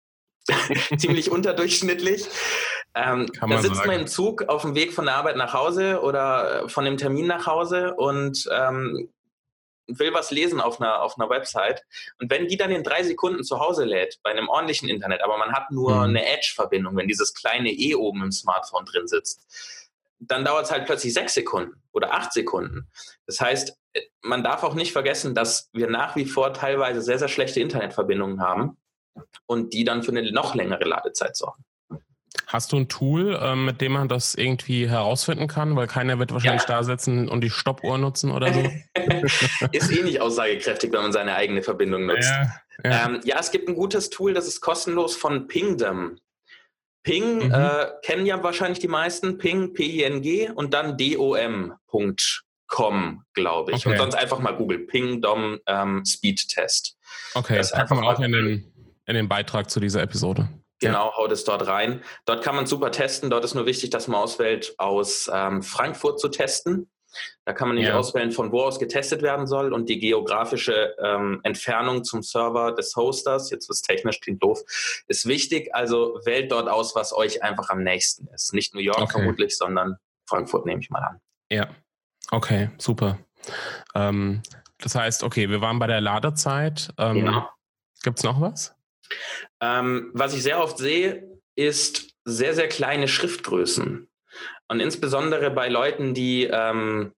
ziemlich unterdurchschnittlich. Ähm, da sitzt sagen. man im Zug auf dem Weg von der Arbeit nach Hause oder von dem Termin nach Hause und ähm, will was lesen auf einer, auf einer Website. Und wenn die dann in drei Sekunden zu Hause lädt, bei einem ordentlichen Internet, aber man hat nur mhm. eine Edge-Verbindung, wenn dieses kleine E oben im Smartphone drin sitzt, dann dauert es halt plötzlich sechs Sekunden oder acht Sekunden. Das heißt, man darf auch nicht vergessen, dass wir nach wie vor teilweise sehr, sehr schlechte Internetverbindungen haben und die dann für eine noch längere Ladezeit sorgen. Hast du ein Tool, ähm, mit dem man das irgendwie herausfinden kann? Weil keiner wird wahrscheinlich ja. da sitzen und die Stoppuhr nutzen oder so. Ist eh nicht aussagekräftig, wenn man seine eigene Verbindung nutzt. Ja, ja. Ähm, ja, es gibt ein gutes Tool, das ist kostenlos von Pingdom. Ping mhm. äh, kennen ja wahrscheinlich die meisten. Ping, P I N G und dann dom Punkt com, glaube ich. Okay. Und sonst einfach mal Google. Pingdom ähm, Speedtest. Okay, das packen wir auch in den, in den Beitrag zu dieser Episode. Genau, ja. Haut es dort rein. Dort kann man super testen. Dort ist nur wichtig, dass man auswählt, aus ähm, Frankfurt zu testen. Da kann man nicht ja. auswählen, von wo aus getestet werden soll und die geografische ähm, Entfernung zum Server des Hosters, jetzt was technisch klingt doof, ist wichtig. Also wählt dort aus, was euch einfach am nächsten ist. Nicht New York okay. vermutlich, sondern Frankfurt nehme ich mal an. Ja, okay, super. Ähm, das heißt, okay, wir waren bei der Ladezeit. Ähm, genau. Gibt es noch was? Ähm, was ich sehr oft sehe, ist sehr, sehr kleine Schriftgrößen. Und insbesondere bei Leuten, die, ähm,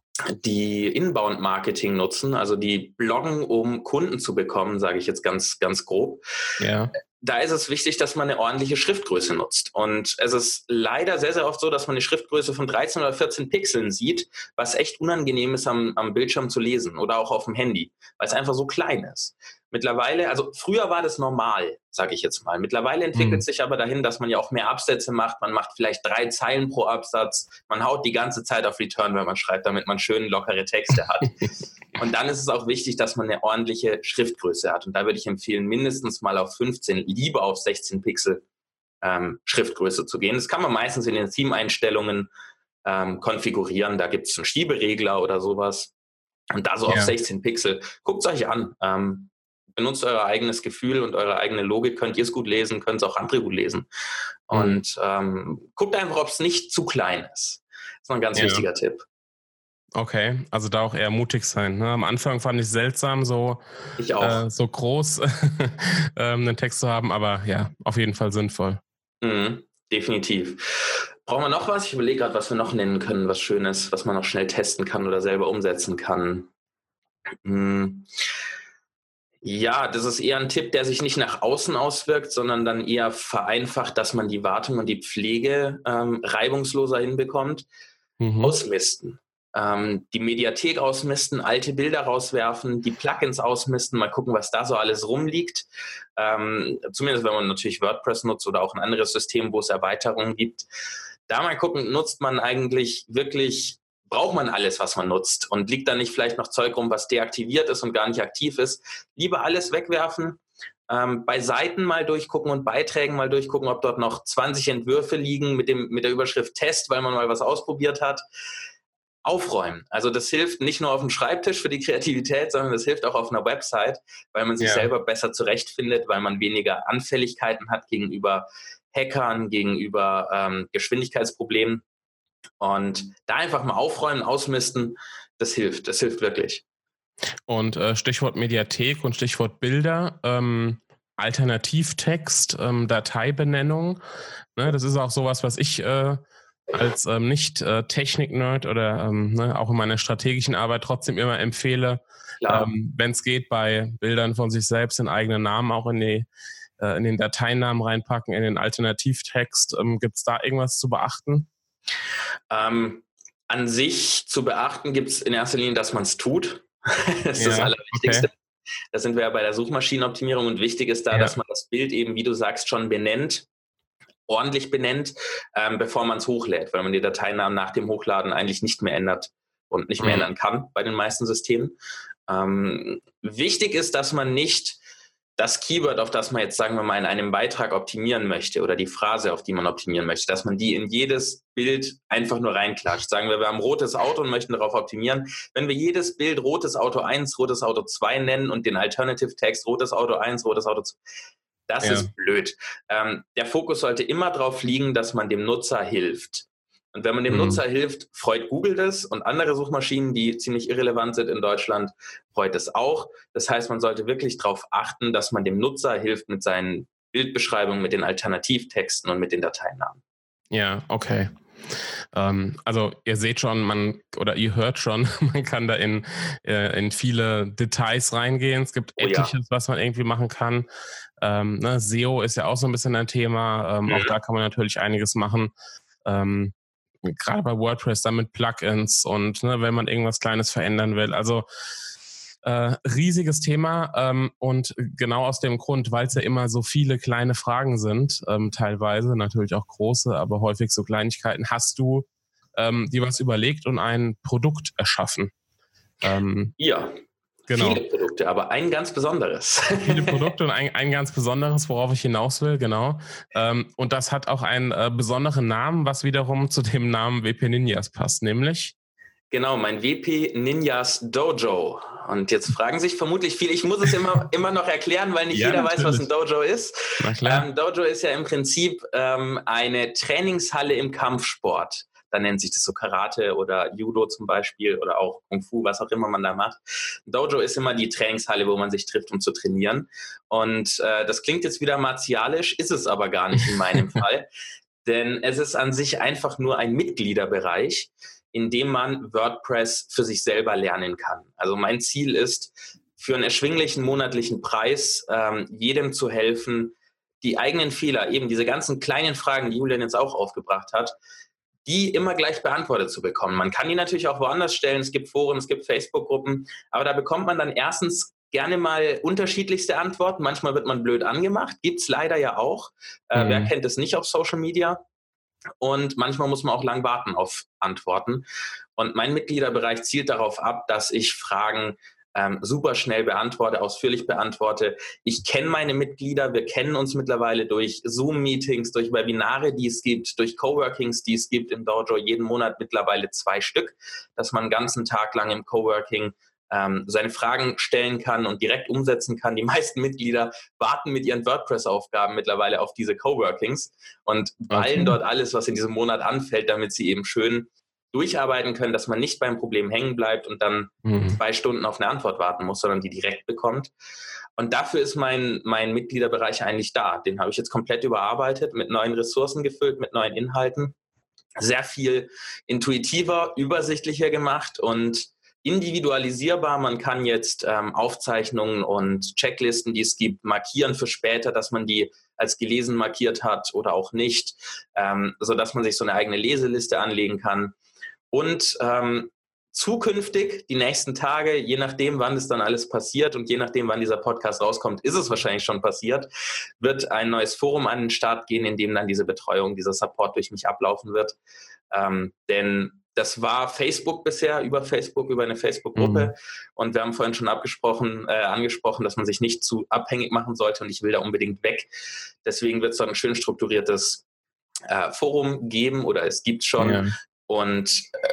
die Inbound-Marketing nutzen, also die bloggen, um Kunden zu bekommen, sage ich jetzt ganz, ganz grob. Ja. Da ist es wichtig, dass man eine ordentliche Schriftgröße nutzt. Und es ist leider sehr, sehr oft so, dass man eine Schriftgröße von dreizehn oder vierzehn Pixeln sieht, was echt unangenehm ist, am, am Bildschirm zu lesen oder auch auf dem Handy, weil es einfach so klein ist. Mittlerweile, also früher war das normal, sage ich jetzt mal. Mittlerweile entwickelt mhm. sich aber dahin, dass man ja auch mehr Absätze macht. Man macht vielleicht drei Zeilen pro Absatz. Man haut die ganze Zeit auf Return, wenn man schreibt, damit man schön lockere Texte hat. Und dann ist es auch wichtig, dass man eine ordentliche Schriftgröße hat. Und da würde ich empfehlen, mindestens mal auf fünfzehn, lieber auf sechzehn Pixel ähm, Schriftgröße zu gehen. Das kann man meistens in den Theme-Einstellungen ähm, konfigurieren. Da gibt es einen Schieberegler oder sowas. Und da so ja. auf sechzehn Pixel. Guckt es euch an. Ähm, benutzt euer eigenes Gefühl und eure eigene Logik. Könnt ihr es gut lesen, könnt es auch andere gut lesen. Und ähm, guckt einfach, ob es nicht zu klein ist. Das ist noch ein ganz ja. wichtiger Tipp. Okay, also da auch eher mutig sein. Ne? Am Anfang fand ich es seltsam, so, ich auch. Äh, so groß einen Text zu haben, aber ja, auf jeden Fall sinnvoll. Mhm, definitiv. Brauchen wir noch was? Ich überlege gerade, was wir noch nennen können, was Schönes, was man noch schnell testen kann oder selber umsetzen kann. Mhm. Ja, das ist eher ein Tipp, der sich nicht nach außen auswirkt, sondern dann eher vereinfacht, dass man die Wartung und die Pflege ähm, reibungsloser hinbekommt. Mhm. Ausmisten. Ähm, die Mediathek ausmisten, alte Bilder rauswerfen, die Plugins ausmisten, mal gucken, was da so alles rumliegt. Ähm, zumindest wenn man natürlich WordPress nutzt oder auch ein anderes System, wo es Erweiterungen gibt. Da mal gucken, nutzt man eigentlich wirklich... Braucht man alles, was man nutzt und liegt da nicht vielleicht noch Zeug rum, was deaktiviert ist und gar nicht aktiv ist. Lieber alles wegwerfen, ähm, bei Seiten mal durchgucken und Beiträgen mal durchgucken, ob dort noch zwanzig Entwürfe liegen mit, dem, mit der Überschrift Test, weil man mal was ausprobiert hat. Aufräumen. Also das hilft nicht nur auf dem Schreibtisch für die Kreativität, sondern das hilft auch auf einer Website, weil man sich ja. selber besser zurechtfindet, weil man weniger Anfälligkeiten hat gegenüber Hackern, gegenüber ähm, Geschwindigkeitsproblemen. Und da einfach mal aufräumen, ausmisten, das hilft, das hilft wirklich. Und äh, Stichwort Mediathek und Stichwort Bilder, ähm, Alternativtext, ähm, Dateibenennung, ne, das ist auch sowas, was ich äh, als ähm, Nicht-Technik-Nerd oder ähm, ne, auch in meiner strategischen Arbeit trotzdem immer empfehle, ähm, wenn es geht, bei Bildern von sich selbst den eigenen Namen auch in die äh, in den Dateinamen reinpacken, in den Alternativtext. Ähm, gibt es da irgendwas zu beachten? Ähm, an sich zu beachten gibt es in erster Linie, dass man es tut. Das ist ja, das Allerwichtigste. Okay. Da sind wir ja bei der Suchmaschinenoptimierung und wichtig ist da, ja. dass man das Bild eben, wie du sagst, schon benennt. ordentlich benennt, ähm, bevor man es hochlädt, weil man die Dateinamen nach dem Hochladen eigentlich nicht mehr ändert und nicht mehr Mhm. ändern kann bei den meisten Systemen. Ähm, wichtig ist, dass man nicht das Keyword, auf das man jetzt, sagen wir mal, in einem Beitrag optimieren möchte oder die Phrase, auf die man optimieren möchte, dass man die in jedes Bild einfach nur reinklatscht. Sagen wir, wir haben rotes Auto und möchten darauf optimieren. Wenn wir jedes Bild rotes Auto eins, rotes Auto zwei nennen und den Alternative Text rotes Auto eins, rotes Auto zwei, das Ja. ist blöd. Ähm, der Fokus sollte immer darauf liegen, dass man dem Nutzer hilft. Und wenn man dem Mhm. Nutzer hilft, freut Google das und andere Suchmaschinen, die ziemlich irrelevant sind in Deutschland, freut es auch. Das heißt, man sollte wirklich darauf achten, dass man dem Nutzer hilft mit seinen Bildbeschreibungen, mit den Alternativtexten und mit den Dateinamen. Ja, okay. Ähm, also ihr seht schon, man oder ihr hört schon, man kann da in, äh, in viele Details reingehen. Es gibt Oh ja. etliches, was man irgendwie machen kann. Ähm, ne, S E O ist ja auch so ein bisschen ein Thema. Ähm, Mhm. Auch da kann man natürlich einiges machen. Ähm, gerade bei WordPress dann mit Plugins und ne, wenn man irgendwas Kleines verändern will. Also äh, riesiges Thema ähm, und genau aus dem Grund, weil es ja immer so viele kleine Fragen sind, ähm, teilweise natürlich auch große, aber häufig so Kleinigkeiten, hast du ähm, dir was überlegt und ein Produkt erschaffen. Ähm, Ja, genau. viele Produkte, aber ein ganz besonderes. Viele Produkte und ein, ein ganz besonderes, worauf ich hinaus will, genau. Ähm, und das hat auch einen äh, besonderen Namen, was wiederum zu dem Namen W P Ninjas passt, nämlich Genau, mein W P Ninjas Dojo. Und jetzt fragen sich vermutlich viele, ich muss es immer, immer noch erklären, weil nicht Ja, jeder weiß, was ein natürlich. Dojo ist. Na klar. Ähm, Dojo ist ja im Prinzip ähm, eine Trainingshalle im Kampfsport. Da nennt sich das so Karate oder Judo zum Beispiel oder auch Kung Fu, was auch immer man da macht. Dojo ist immer die Trainingshalle, wo man sich trifft, um zu trainieren. Und äh, das klingt jetzt wieder martialisch, ist es aber gar nicht in meinem Fall. Denn es ist an sich einfach nur ein Mitgliederbereich, in dem man WordPress für sich selber lernen kann. Also mein Ziel ist, für einen erschwinglichen monatlichen Preis ähm, jedem zu helfen, die eigenen Fehler, eben diese ganzen kleinen Fragen, die Julian jetzt auch aufgebracht hat, die immer gleich beantwortet zu bekommen. Man kann die natürlich auch woanders stellen. Es gibt Foren, es gibt Facebook-Gruppen, aber da bekommt man dann erstens gerne mal unterschiedlichste Antworten. Manchmal wird man blöd angemacht, gibt es leider ja auch. Äh, Mhm. Wer kennt es nicht auf Social Media? Und manchmal muss man auch lang warten auf Antworten. Und mein Mitgliederbereich zielt darauf ab, dass ich Fragen ähm, super schnell beantworte, ausführlich beantworte. Ich kenne meine Mitglieder, wir kennen uns mittlerweile durch Zoom-Meetings, durch Webinare, die es gibt, durch Coworkings, die es gibt im Dojo, jeden Monat mittlerweile zwei Stück, dass man einen ganzen Tag lang im Coworking ähm, seine Fragen stellen kann und direkt umsetzen kann. Die meisten Mitglieder warten mit ihren WordPress-Aufgaben mittlerweile auf diese Coworkings und ballen Okay. dort alles, was in diesem Monat anfällt, damit sie eben schön durcharbeiten können, dass man nicht beim Problem hängen bleibt und dann Mhm. zwei Stunden auf eine Antwort warten muss, sondern die direkt bekommt. Und dafür ist mein, mein Mitgliederbereich eigentlich da. Den habe ich jetzt komplett überarbeitet, mit neuen Ressourcen gefüllt, mit neuen Inhalten. Sehr viel intuitiver, übersichtlicher gemacht und individualisierbar. Man kann jetzt ähm, Aufzeichnungen und Checklisten, die es gibt, markieren für später, dass man die als gelesen markiert hat oder auch nicht, ähm, sodass man sich so eine eigene Leseliste anlegen kann. Und ähm, zukünftig, die nächsten Tage, je nachdem, wann das dann alles passiert und je nachdem, wann dieser Podcast rauskommt, ist es wahrscheinlich schon passiert, wird ein neues Forum an den Start gehen, in dem dann diese Betreuung, dieser Support durch mich ablaufen wird. Ähm, denn das war Facebook bisher, über Facebook, über eine Facebook-Gruppe. Mhm. Und wir haben vorhin schon abgesprochen, äh, angesprochen, dass man sich nicht zu abhängig machen sollte und ich will da unbedingt weg. Deswegen wird es dann ein schön strukturiertes äh, Forum geben oder es gibt schon. Ja. Und äh,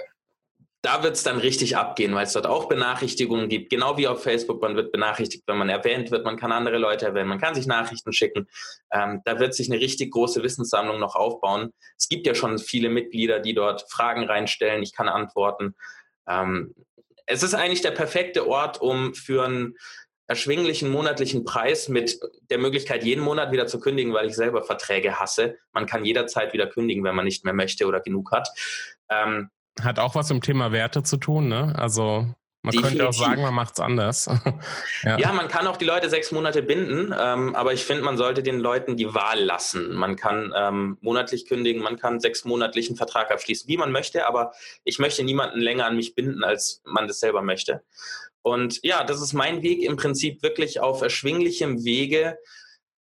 da wird es dann richtig abgehen, weil es dort auch Benachrichtigungen gibt, genau wie auf Facebook. Man wird benachrichtigt, wenn man erwähnt wird, man kann andere Leute erwähnen, man kann sich Nachrichten schicken. Ähm, da wird sich eine richtig große Wissenssammlung noch aufbauen. Es gibt ja schon viele Mitglieder, die dort Fragen reinstellen, ich kann antworten. Ähm, es ist eigentlich der perfekte Ort, um für einen erschwinglichen monatlichen Preis mit der Möglichkeit, jeden Monat wieder zu kündigen, weil ich selber Verträge hasse. Man kann jederzeit wieder kündigen, wenn man nicht mehr möchte oder genug hat. Ähm, Hat auch was mit dem Thema Werte zu tun, ne? Also man Definitiv. könnte auch sagen, man macht es anders. ja. ja, man kann auch die Leute sechs Monate binden, ähm, aber ich finde, man sollte den Leuten die Wahl lassen. Man kann ähm, monatlich kündigen, man kann sechs monatlichen Vertrag abschließen, wie man möchte, aber ich möchte niemanden länger an mich binden, als man das selber möchte. Und ja, das ist mein Weg, im Prinzip wirklich auf erschwinglichem Wege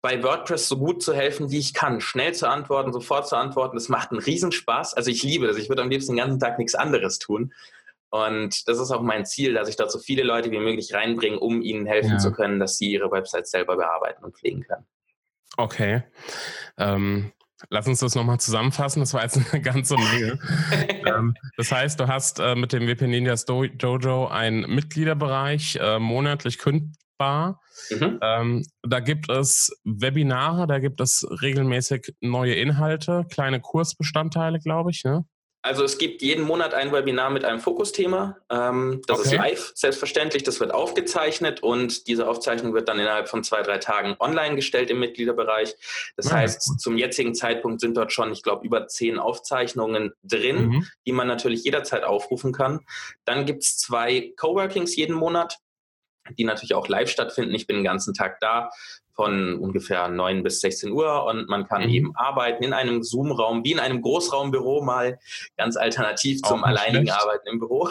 bei WordPress so gut zu helfen, wie ich kann. Schnell zu antworten, sofort zu antworten. Das macht einen Riesenspaß. Also ich liebe das. Ich würde am liebsten den ganzen Tag nichts anderes tun. Und das ist auch mein Ziel, dass ich dort so viele Leute wie möglich reinbringe, um ihnen helfen ja. zu können, dass sie ihre Website selber bearbeiten und pflegen können. Okay. Ähm, lass uns das nochmal zusammenfassen. Das war jetzt eine ganze Menge. ähm, das heißt, du hast äh, mit dem W P Ninjas Do- Dojo einen Mitgliederbereich, äh, monatlich kündbar. Mhm. Ähm, da gibt es Webinare, da gibt es regelmäßig neue Inhalte, kleine Kursbestandteile, glaube ich, ne? Also es gibt jeden Monat ein Webinar mit einem Fokusthema. Ähm, das okay. ist live, selbstverständlich. Das wird aufgezeichnet und diese Aufzeichnung wird dann innerhalb von zwei, drei Tagen online gestellt im Mitgliederbereich. Das ja, heißt, cool. zum jetzigen Zeitpunkt sind dort schon, ich glaube, über zehn Aufzeichnungen drin, mhm. die man natürlich jederzeit aufrufen kann. Dann gibt es zwei Coworkings jeden Monat, die natürlich auch live stattfinden. Ich bin den ganzen Tag da von ungefähr neun bis sechzehn Uhr und man kann mhm. eben arbeiten in einem Zoom-Raum, wie in einem Großraumbüro, mal ganz alternativ zum alleinigen schlecht. Arbeiten im Büro.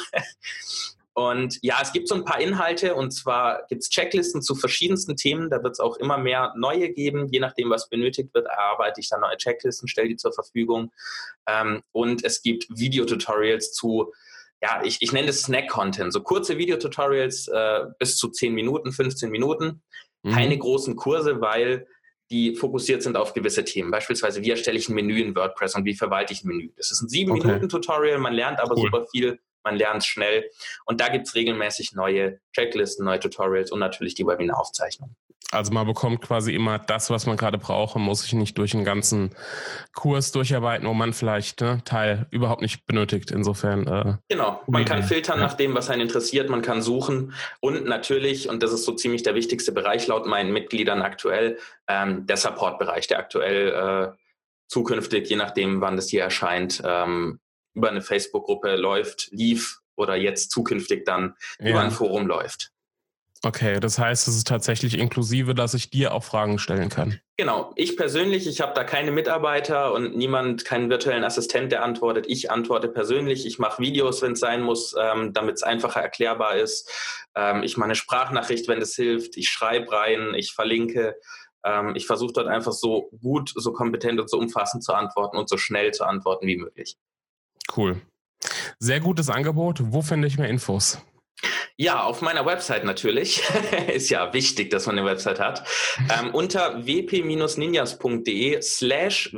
Und ja, es gibt so ein paar Inhalte und zwar gibt es Checklisten zu verschiedensten Themen. Da wird es auch immer mehr neue geben. Je nachdem, was benötigt wird, erarbeite ich dann neue Checklisten, stelle die zur Verfügung. Und es gibt Videotutorials zu Ja, ich, ich nenne das Snack-Content, so kurze Videotutorials äh, bis zu zehn Minuten, fünfzehn Minuten. Mhm. Keine großen Kurse, weil die fokussiert sind auf gewisse Themen. Beispielsweise, wie erstelle ich ein Menü in WordPress und wie verwalte ich ein Menü. Das ist ein sieben Minuten Tutorial, man lernt aber cool. super viel, man lernt schnell. Und da gibt es regelmäßig neue Checklisten, neue Tutorials und natürlich die Webinaraufzeichnung. Also man bekommt quasi immer das, was man gerade braucht und muss sich nicht durch einen ganzen Kurs durcharbeiten, wo man vielleicht ne, Teil überhaupt nicht benötigt. Insofern. Äh, genau, man kann filtern ja. nach dem, was einen interessiert, man kann suchen und natürlich, und das ist so ziemlich der wichtigste Bereich laut meinen Mitgliedern aktuell, ähm, der Support-Bereich, der aktuell äh, zukünftig, je nachdem, wann das hier erscheint, ähm, über eine Facebook-Gruppe läuft, lief oder jetzt zukünftig dann ja. über ein Forum läuft. Okay, das heißt, es ist tatsächlich inklusive, dass ich dir auch Fragen stellen kann. Genau, ich persönlich, ich habe da keine Mitarbeiter und niemand, keinen virtuellen Assistent, der antwortet. Ich antworte persönlich, ich mache Videos, wenn es sein muss, ähm, damit es einfacher erklärbar ist. Ähm, ich mache eine Sprachnachricht, wenn es hilft. Ich schreibe rein, ich verlinke. Ähm, ich versuche dort einfach so gut, so kompetent und so umfassend zu antworten und so schnell zu antworten wie möglich. Cool. Sehr gutes Angebot. Wo finde ich mehr Infos? Ja, auf meiner Website natürlich. Ist ja wichtig, dass man eine Website hat. Ähm, unter wp-ninjas.de slash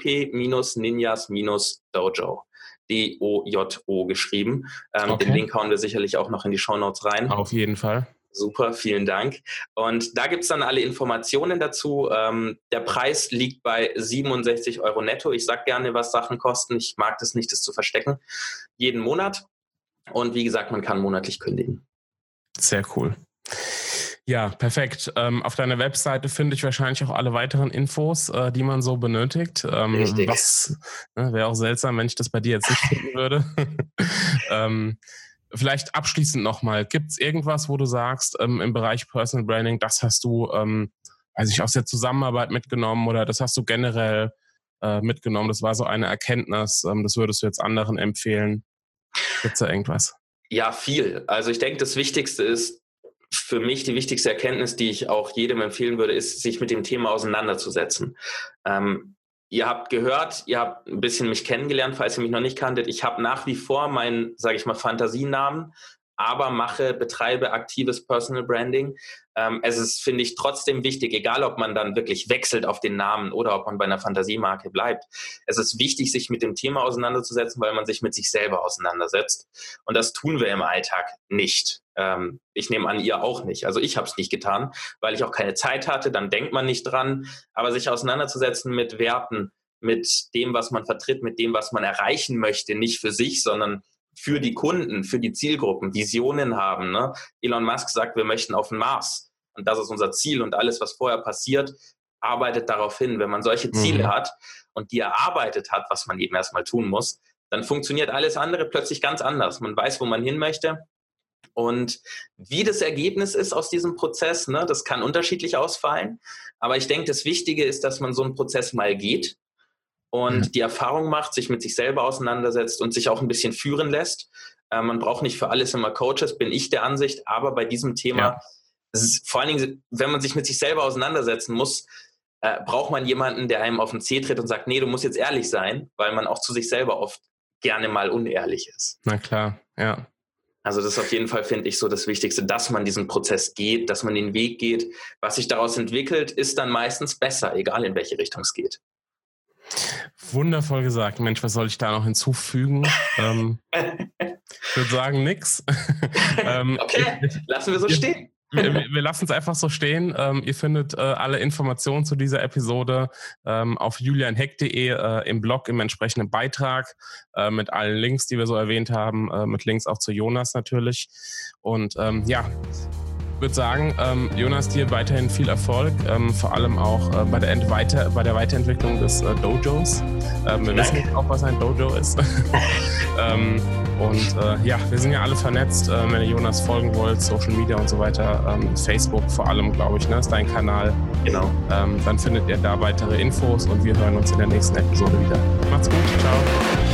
wp-ninjas-dojo. D O J O geschrieben. Ähm, okay. Den Link hauen wir sicherlich auch noch in die Shownotes rein. Auf jeden Fall. Super, vielen Dank. Und da gibt es dann alle Informationen dazu. Ähm, der Preis liegt bei siebenundsechzig Euro netto. Ich sage gerne, was Sachen kosten. Ich mag das nicht, das zu verstecken. Jeden Monat. Und wie gesagt, man kann monatlich kündigen. Sehr cool. Ja, perfekt. Ähm, auf deiner Webseite finde ich wahrscheinlich auch alle weiteren Infos, äh, die man so benötigt. Ähm, Richtig. Was ne, wäre auch seltsam, wenn ich das bei dir jetzt nicht finden würde. ähm, vielleicht abschließend nochmal, gibt es irgendwas, wo du sagst, ähm, im Bereich Personal Branding, das hast du, ähm, weiß ich, aus der Zusammenarbeit mitgenommen oder das hast du generell äh, mitgenommen, das war so eine Erkenntnis, ähm, das würdest du jetzt anderen empfehlen? Gibt es da irgendwas? Ja, viel. Also ich denke, das Wichtigste ist, für mich die wichtigste Erkenntnis, die ich auch jedem empfehlen würde, ist, sich mit dem Thema auseinanderzusetzen. Ähm, ihr habt gehört, ihr habt ein bisschen mich kennengelernt, falls ihr mich noch nicht kanntet. Ich habe nach wie vor meinen, sage ich mal, Fantasienamen, aber mache, betreibe aktives Personal Branding. Ähm, es ist, finde ich, trotzdem wichtig, egal ob man dann wirklich wechselt auf den Namen oder ob man bei einer Fantasiemarke bleibt. Es ist wichtig, sich mit dem Thema auseinanderzusetzen, weil man sich mit sich selber auseinandersetzt. Und das tun wir im Alltag nicht. Ähm, ich nehme an, ihr auch nicht. Also ich habe es nicht getan, weil ich auch keine Zeit hatte. Dann denkt man nicht dran. Aber sich auseinanderzusetzen mit Werten, mit dem, was man vertritt, mit dem, was man erreichen möchte, nicht für sich, sondern für die Kunden, für die Zielgruppen, Visionen haben. Ne? Elon Musk sagt, wir möchten auf den Mars. Und das ist unser Ziel. Und alles, was vorher passiert, arbeitet darauf hin. Wenn man solche Ziele mhm. hat und die erarbeitet hat, was man eben erstmal tun muss, dann funktioniert alles andere plötzlich ganz anders. Man weiß, wo man hin möchte. Und wie das Ergebnis ist aus diesem Prozess, ne, das kann unterschiedlich ausfallen. Aber ich denke, das Wichtige ist, dass man so einen Prozess mal geht und die Erfahrung macht, sich mit sich selber auseinandersetzt und sich auch ein bisschen führen lässt. Äh, man braucht nicht für alles immer Coaches, bin ich der Ansicht, aber bei diesem Thema, ja. ist, vor allen Dingen, wenn man sich mit sich selber auseinandersetzen muss, äh, braucht man jemanden, der einem auf den Zeh tritt und sagt, nee, du musst jetzt ehrlich sein, weil man auch zu sich selber oft gerne mal unehrlich ist. Na klar, ja. Also das ist auf jeden Fall, finde ich, so das Wichtigste, dass man diesen Prozess geht, dass man den Weg geht. Was sich daraus entwickelt, ist dann meistens besser, egal in welche Richtung es geht. Wundervoll gesagt. Mensch, was soll ich da noch hinzufügen? ähm, ich würde sagen, nix. ähm, okay, ich, lassen wir so wir, stehen. wir, wir lassen es einfach so stehen. Ähm, ihr findet äh, alle Informationen zu dieser Episode ähm, auf julian heck punkt de äh, im Blog, im entsprechenden Beitrag äh, mit allen Links, die wir so erwähnt haben, äh, mit Links auch zu Jonas natürlich. Und ähm, ja, ich würde sagen, ähm, Jonas, dir weiterhin viel Erfolg, ähm, vor allem auch äh, bei, der Ent- weiter, bei der Weiterentwicklung des äh, Dojos. Ähm, wir Danke. wissen jetzt auch, was ein Dojo ist. ähm, und äh, ja, wir sind ja alle vernetzt, äh, wenn ihr Jonas folgen wollt, Social Media und so weiter, ähm, Facebook vor allem, glaube ich, ne, ist dein Kanal. Genau. Ähm, dann findet ihr da weitere Infos und wir hören uns in der nächsten Episode wieder. Macht's gut, ciao.